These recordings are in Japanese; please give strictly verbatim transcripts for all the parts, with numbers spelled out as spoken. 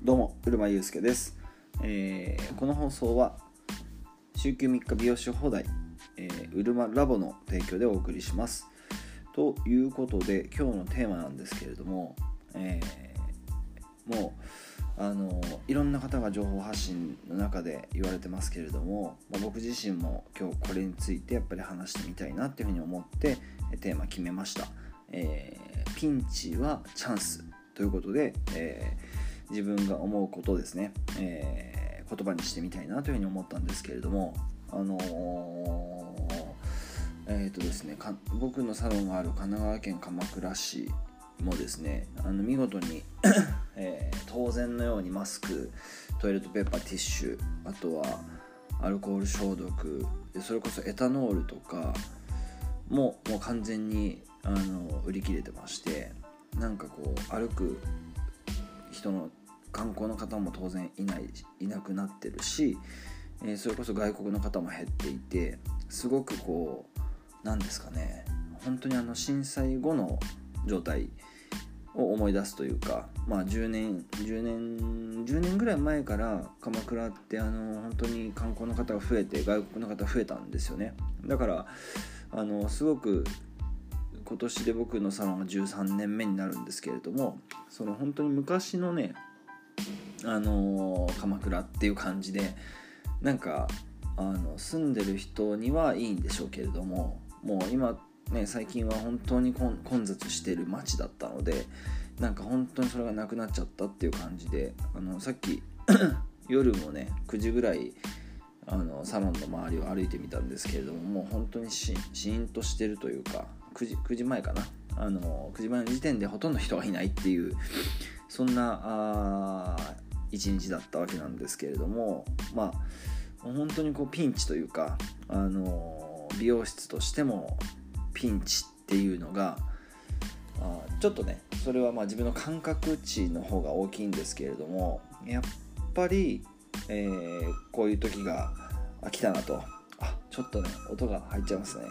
どうも、うるまゆうすけです、えー、この放送は週休みっか美容師放題、えー、うるまラボの提供でお送りします。ということで、今日のテーマなんですけれども、えー、もうあのいろんな方が情報発信の中で言われてますけれども、まあ、僕自身も今日これについてやっぱり話してみたいなっていうふうに思ってテーマ決めました。えー、ピンチはチャンスということで、えー自分が思うことですね、えー、言葉にしてみたいなというふうに思ったんですけれども、あのー、えーとですねか僕のサロンがある神奈川県鎌倉市もですね、あの見事に、えー、当然のようにマスク、トイレットペーパー、ティッシュ、あとはアルコール消毒、それこそエタノールとかももう完全にあの売り切れてまして、なんかこう歩く人の観光の方も当然いないいなくなってるし、えー、それこそ外国の方も減っていて、すごくこうなんですかね、本当にあの震災後の状態を思い出すというか、まあじゅうねんじゅうねんじゅうねんぐらい前から鎌倉ってあの本当に観光の方が増えて、外国の方増えたんですよね。だからあのすごく今年で僕のサロンがじゅうさんねんめになるんですけれども、その本当に昔のね、あのー、鎌倉っていう感じで、なんかあの住んでる人にはいいんでしょうけれども、もう今ね、最近は本当に混雑してる街だったので、なんか本当にそれがなくなっちゃったっていう感じで、あのさっき夜もねくじぐらいあのサロンの周りを歩いてみたんですけれども、もう本当にしシーンとしてるというか、9時、くじまえかな、あのくじまえの時点でほとんど人がいないっていう、そんなあ一日だったわけなんですけれども、まあ本当にこうピンチというか、あの美容室としてもピンチっていうのが、あちょっとねそれはまあ自分の感覚値の方が大きいんですけれども、やっぱりえー、こういう時が来たなと。あ、ちょっとね音が入っちゃいますね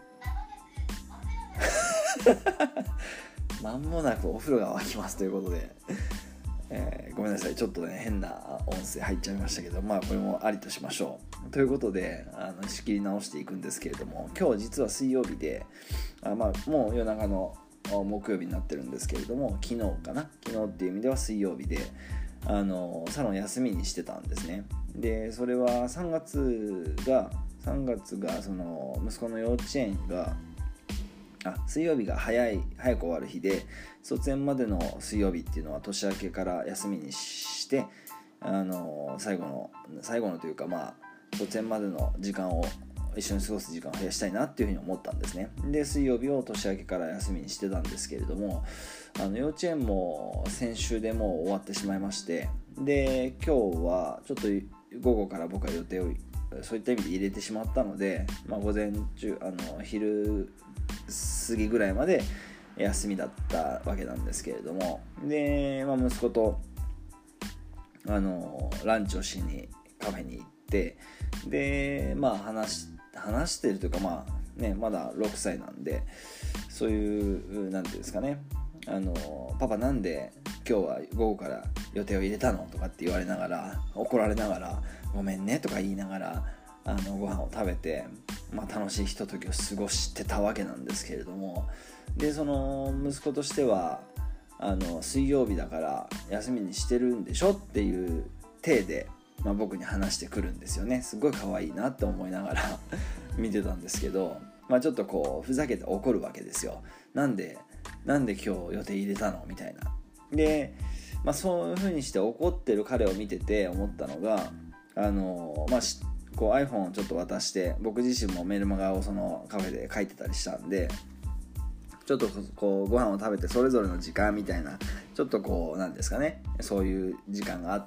間もなくお風呂が沸きますということで、えー、ごめんなさい、ちょっとね変な音声入っちゃいましたけど、まあこれもありとしましょうということで、あの仕切り直していくんですけれども、今日実は水曜日で、あ、まあ、もう夜中の木曜日になってるんですけれども、昨日かな昨日っていう意味では水曜日で、あのサロン休みにしてたんですね。でそれはさんがつがさんがつがその息子の幼稚園があ水曜日が早い早く終わる日で、卒園までの水曜日っていうのは年明けから休みにして、あの最後の最後のというか、まあ卒園までの時間を一緒に過ごす時間を増やしたいなっていうふうに思ったんですね。で水曜日を年明けから休みにしてたんですけれども、あの幼稚園も先週でもう終わってしまいまして、で今日はちょっと午後から僕は予定をそういった意味で入れてしまったので、まあ、午前中あの昼過ぎぐらいまで休みだったわけなんですけれども、で、まあ、息子とあのランチをしにカフェに行って、でまあ話話してるというか、まあねまだろくさいなんで、そういうなんていうんですかね、あのパパなんで今日は午後から予定を入れたのとかって言われながら、怒られながらごめんねとか言いながらあのご飯を食べて、まあ、楽しいひとときを過ごしてたわけなんですけれども、でその息子としてはあの水曜日だから休みにしてるんでしょっていう体で、まあ、僕に話してくるんですよね。すごい可愛いなって思いながら見てたんですけど、まあ、ちょっとこうふざけて怒るわけですよ。なんでなんで今日予定入れたのみたいな。で、まあ、そういう風にして怒ってる彼を見てて思ったのが、あの、まあ、こう iPhone をちょっと渡して、僕自身もメルマガをそのカフェで書いてたりしたんで、ちょっとこうご飯を食べてそれぞれの時間みたいな、ちょっとこうなんですかね、そういう時間があって、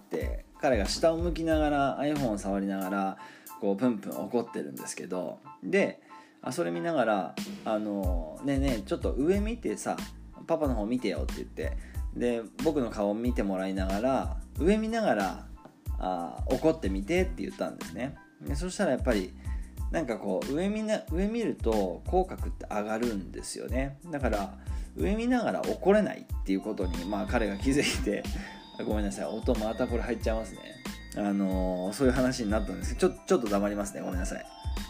彼が下を向きながら iPhone を触りながらこうプンプン怒ってるんですけど、であそれ見ながらあのねえねえちょっと上見てさ、パパの方見てよって言って、で僕の顔を見てもらいながら上見ながらあ怒ってみてって言ったんですね。でそしたらやっぱりなんかこう上見な上見ると口角って上がるんですよね。だから上見ながら怒れないっていうことに、まあ、彼が気づいて、 ごめんなさい、音またこれ入っちゃいますね。あのー、そういう話になったんですけど、ちょちょっと黙りますね、ごめんなさい。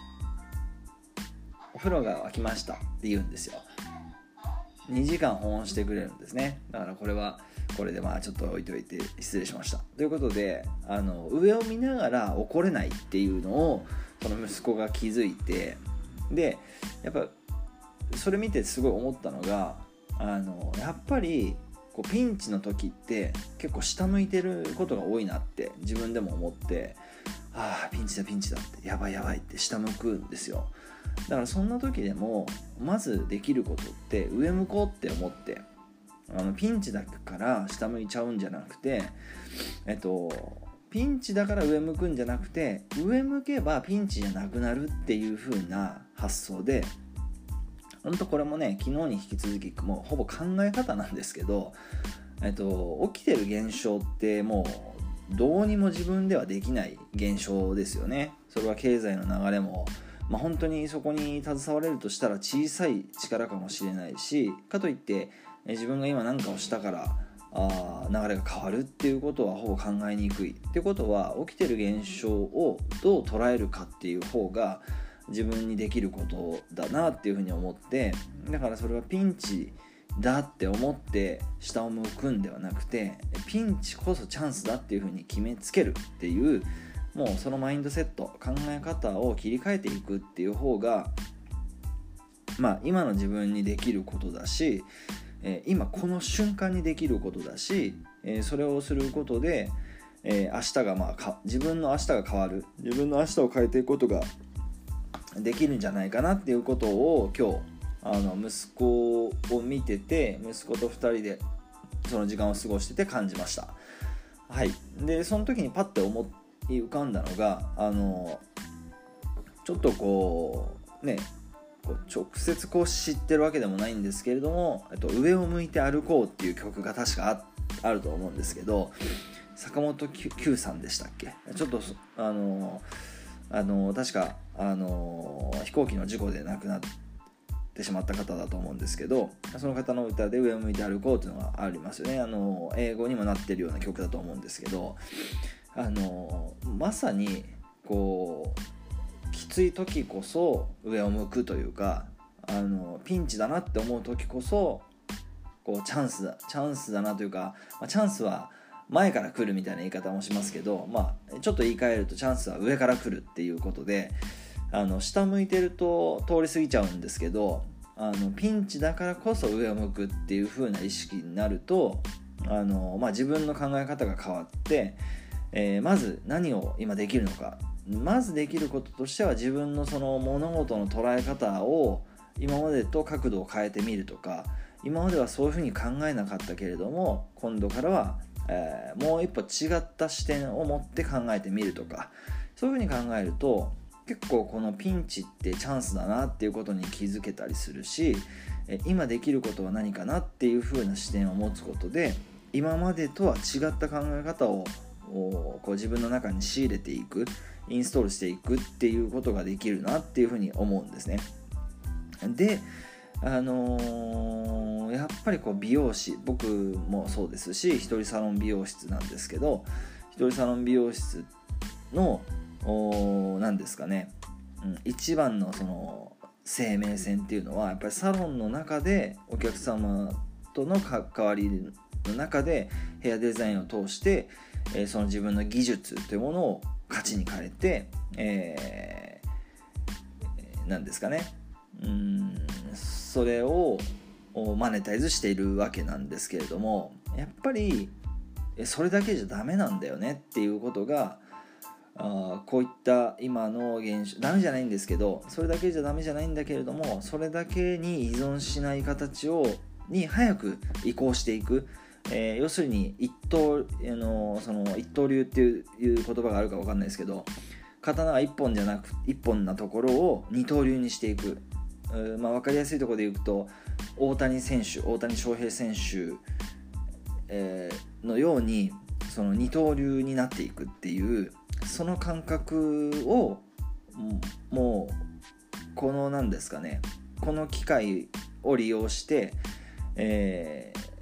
お風呂が沸きましたって言うんですよ。にじかん保温してくれるんですね。だからこれはこれでまあちょっと置いといて失礼しましたということで、あの上を見ながら怒れないっていうのをその息子が気づいて、でやっぱそれ見てすごい思ったのが、あのやっぱりこうピンチの時って結構下向いてることが多いなって自分でも思って、ああピンチだピンチだってやばいやばいって下向くんですよ。だからそんな時でもまずできることって上向こうって思って、あのピンチだから下向いちゃうんじゃなくて、えっとピンチだから上向くんじゃなくて、上向けばピンチじゃなくなるっていう風な発想で、本当これもね昨日に引き続きもうほぼ考え方なんですけど、えっと起きてる現象ってもうどうにも自分ではできない現象ですよね。それは経済の流れも、まあ、本当にそこに携われるとしたら小さい力かもしれないし、かといって自分が今何かをしたからあ流れが変わるっていうことはほぼ考えにくいってことは、起きてる現象をどう捉えるかっていう方が自分にできることだなっていうふうに思って、だからそれはピンチだって思って下を向くんではなくて、ピンチこそチャンスだっていうふうに決めつけるっていう、もうそのマインドセット考え方を切り替えていくっていう方がまあ今の自分にできることだし、えー、今この瞬間にできることだし、えー、それをすることで、えー、明日がまあか自分の明日が変わる、自分の明日を変えていくことができるんじゃないかなっていうことを今日あの息子を見てて、息子とふたりでその時間を過ごしてて感じました。はい。でその時にパッて思い浮かんだのが、あのちょっとこうねこう直接こう知ってるわけでもないんですけれども、えっと、上を向いて歩こうっていう曲が確か あ, あると思うんですけど、坂本九さんでしたっけ。ちょっとあのあの確かあの飛行機の事故で亡くなってしまった方だと思うんですけど、その方の歌で上を向いて歩こうっていうのがありますよね。あの英語にもなってるような曲だと思うんですけど、あのまさにこうきつい時こそ上を向くというか、あのピンチだなって思う時こそこうチャンスだチャンスだなというか、まあ、チャンスは前から来るみたいな言い方もしますけど、まあ、ちょっと言い換えるとチャンスは上から来るっていうことで、あの下向いてると通り過ぎちゃうんですけど、あのピンチだからこそ上を向くっていう風な意識になると、あの、まあ、自分の考え方が変わって、えー、まず何を今できるのか、まずできることとしては自分のその物事の捉え方を今までと角度を変えてみるとか、今まではそういうふうに考えなかったけれども今度からは、えー、もう一歩違った視点を持って考えてみるとか、そういうふうに考えると結構このピンチってチャンスだなっていうことに気づけたりするし、今できることは何かなっていうふうな視点を持つことで、今までとは違った考え方をこう自分の中に仕入れていく、インストールしていくっていうことができるなっていうふうに思うんですね。で、あのー、やっぱりこう美容師、僕もそうですし一人サロン美容室なんですけど、一人サロン美容室の何ですかね、うん、一番のその生命線っていうのはやっぱりサロンの中でお客様との関わりの中でヘアデザインを通して、えー、その自分の技術というものを価値に変えて、えー、何ですかね、うーんそれをマネタイズしているわけなんですけれども、やっぱりそれだけじゃダメなんだよねっていうことが、あこういった今の現象ダメじゃないんですけど、それだけじゃダメじゃないんだけれども、それだけに依存しない形をに早く移行していく、えー、要するに一刀あのその一刀流っていう言葉があるか分かんないですけど、刀が一本じゃなく一本なところを二刀流にしていく、まあ、分かりやすいところで言うと大谷選手大谷翔平選手、えー、のようにその二刀流になっていくっていうその感覚をもうこの何ですかねこの機会を利用して、え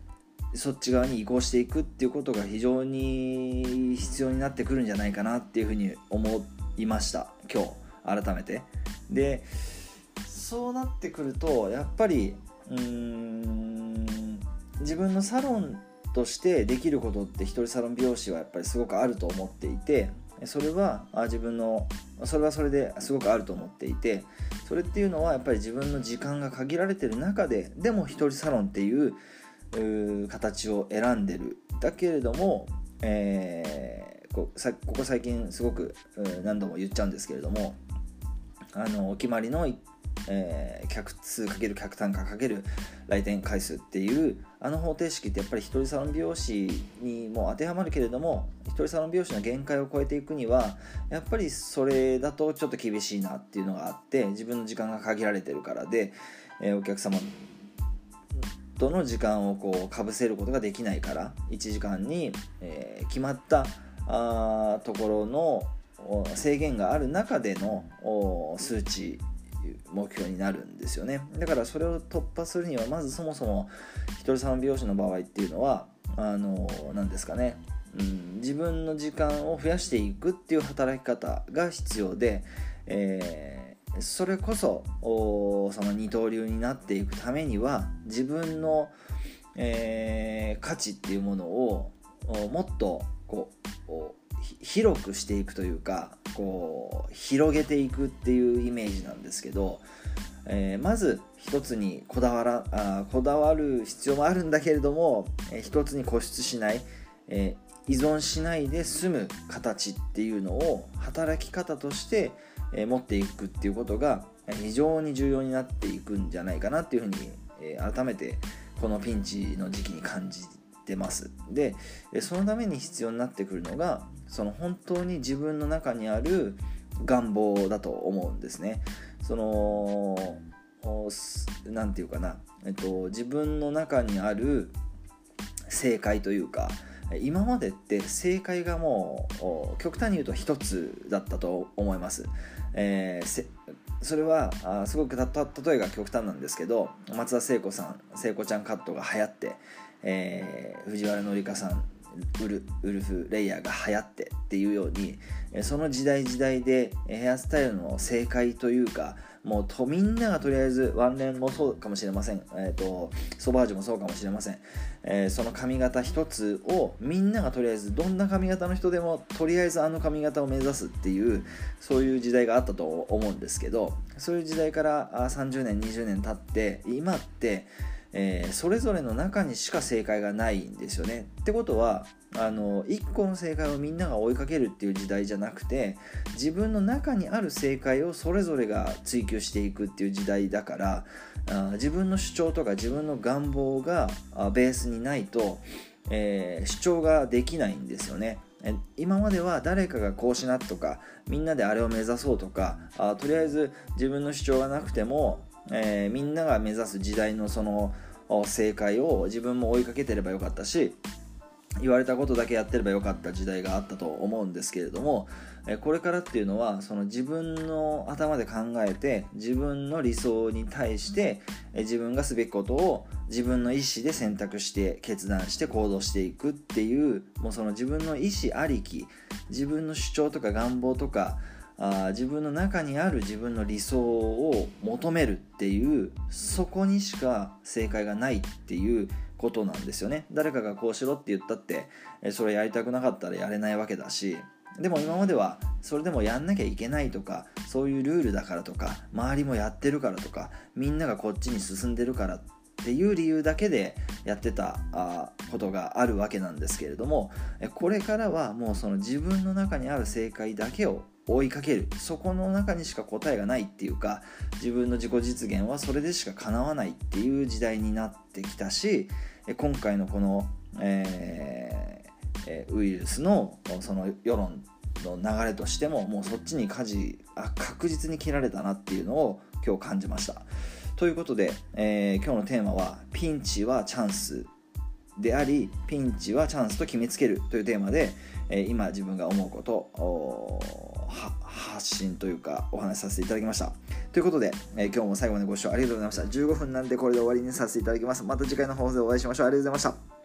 そっち側に移行していくっていうことが非常に必要になってくるんじゃないかなっていうふうに思いました、今日改めて。でそうなってくるとやっぱりうーん自分のサロンとしてできることって一人サロン美容師はやっぱりすごくあると思っていて、それは自分のそれはそれですごくあると思っていて、それっていうのはやっぱり自分の時間が限られてる中ででも一人サロンっていう形を選んでる。だけれども、えー、こ, さここ最近すごく何度も言っちゃうんですけれども、あのお決まりの、えー、客数×客単価×来店回数っていうあの方程式ってやっぱり一人サロン美容師にも当てはまるけれども、一人サロン美容師の限界を超えていくにはやっぱりそれだとちょっと厳しいなっていうのがあって、自分の時間が限られてるからで、えー、お客様との時間をこうかぶせることができないから、いちじかんに、えー、決まったあところの制限がある中での数値目標になるんですよね。だからそれを突破するにはまずそもそも一人サロン美容師の場合っていうのはあの何ですかね、うん、自分の時間を増やしていくっていう働き方が必要で、えー、それこそその二刀流になっていくためには自分の、えー、価値っていうものをもっとこう広くしていくというか、こう広げていくっていうイメージなんですけど、えー、まず一つにこだわらあこだわる必要もあるんだけれども、えー、一つに固執しない、えー、依存しないで済む形っていうのを働き方として、えー、持っていくっていうことが非常に重要になっていくんじゃないかなっていうふうに、えー、改めてこのピンチの時期に感じてます。でそのために必要になってくるのがその本当に自分の中にある願望だと思うんですね。そのなんていうかな、えっと、自分の中にある正解というか、今までって正解がもう極端に言うと一つだったと思います。えー、それはあすごくた例えが極端なんですけど、松田聖子さん聖子ちゃんカットが流行って、えー、藤原紀香さんウ ル, ウルフレイヤーが流行ってっていうように、その時代時代でヘアスタイルの正解というか、もうとみんながとりあえずワンレンもそうかもしれません、えーと、ソバージュもそうかもしれません、えー、その髪型一つをみんながとりあえずどんな髪型の人でもとりあえずあの髪型を目指すっていうそういう時代があったと思うんですけど、そういう時代からさんじゅうねんにじゅうねん経って今ってえー、それぞれの中にしか正解がないんですよね。ってことはあのいっこの正解をみんなが追いかけるっていう時代じゃなくて、自分の中にある正解をそれぞれが追求していくっていう時代だから、あ自分の主張とか自分の願望がベースにないと、えー、主張ができないんですよね。今までは誰かがこうしなとかみんなであれを目指そうとか、あとりあえず自分の主張がなくてもえー、みんなが目指す時代のその正解を自分も追いかけてればよかったし、言われたことだけやってればよかった時代があったと思うんですけれども、えー、これからっていうのはその自分の頭で考えて自分の理想に対して、えー、自分がすべきことを自分の意思で選択して決断して行動していくっていう、もうその自分の意思ありき、自分の主張とか願望とかあ自分の中にある自分の理想を求めるっていう、そこにしか正解がないっていうことなんですよね。誰かがこうしろって言ったってそれやりたくなかったらやれないわけだし、でも今まではそれでもやんなきゃいけないとか、そういうルールだからとか周りもやってるからとかみんながこっちに進んでるからっていう理由だけでやってたあことがあるわけなんですけれども、これからはもうその自分の中にある正解だけを追いかける、そこの中にしか答えがないっていうか、自分の自己実現はそれでしか叶わないっていう時代になってきたし、今回のこの、えー、ウイルスのその世論の流れとしてももうそっちに舵あ確実に切られたなっていうのを今日感じました。ということで、えー、今日のテーマはピンチはチャンスでありピンチはチャンスと決めつけるというテーマで、えー、今自分が思うことを発信というかお話しさせていただきました。ということで、えー、今日も最後までご視聴ありがとうございました。じゅうごふんなんでこれで終わりにさせていただきます。また次回の放送でお会いしましょう。ありがとうございました。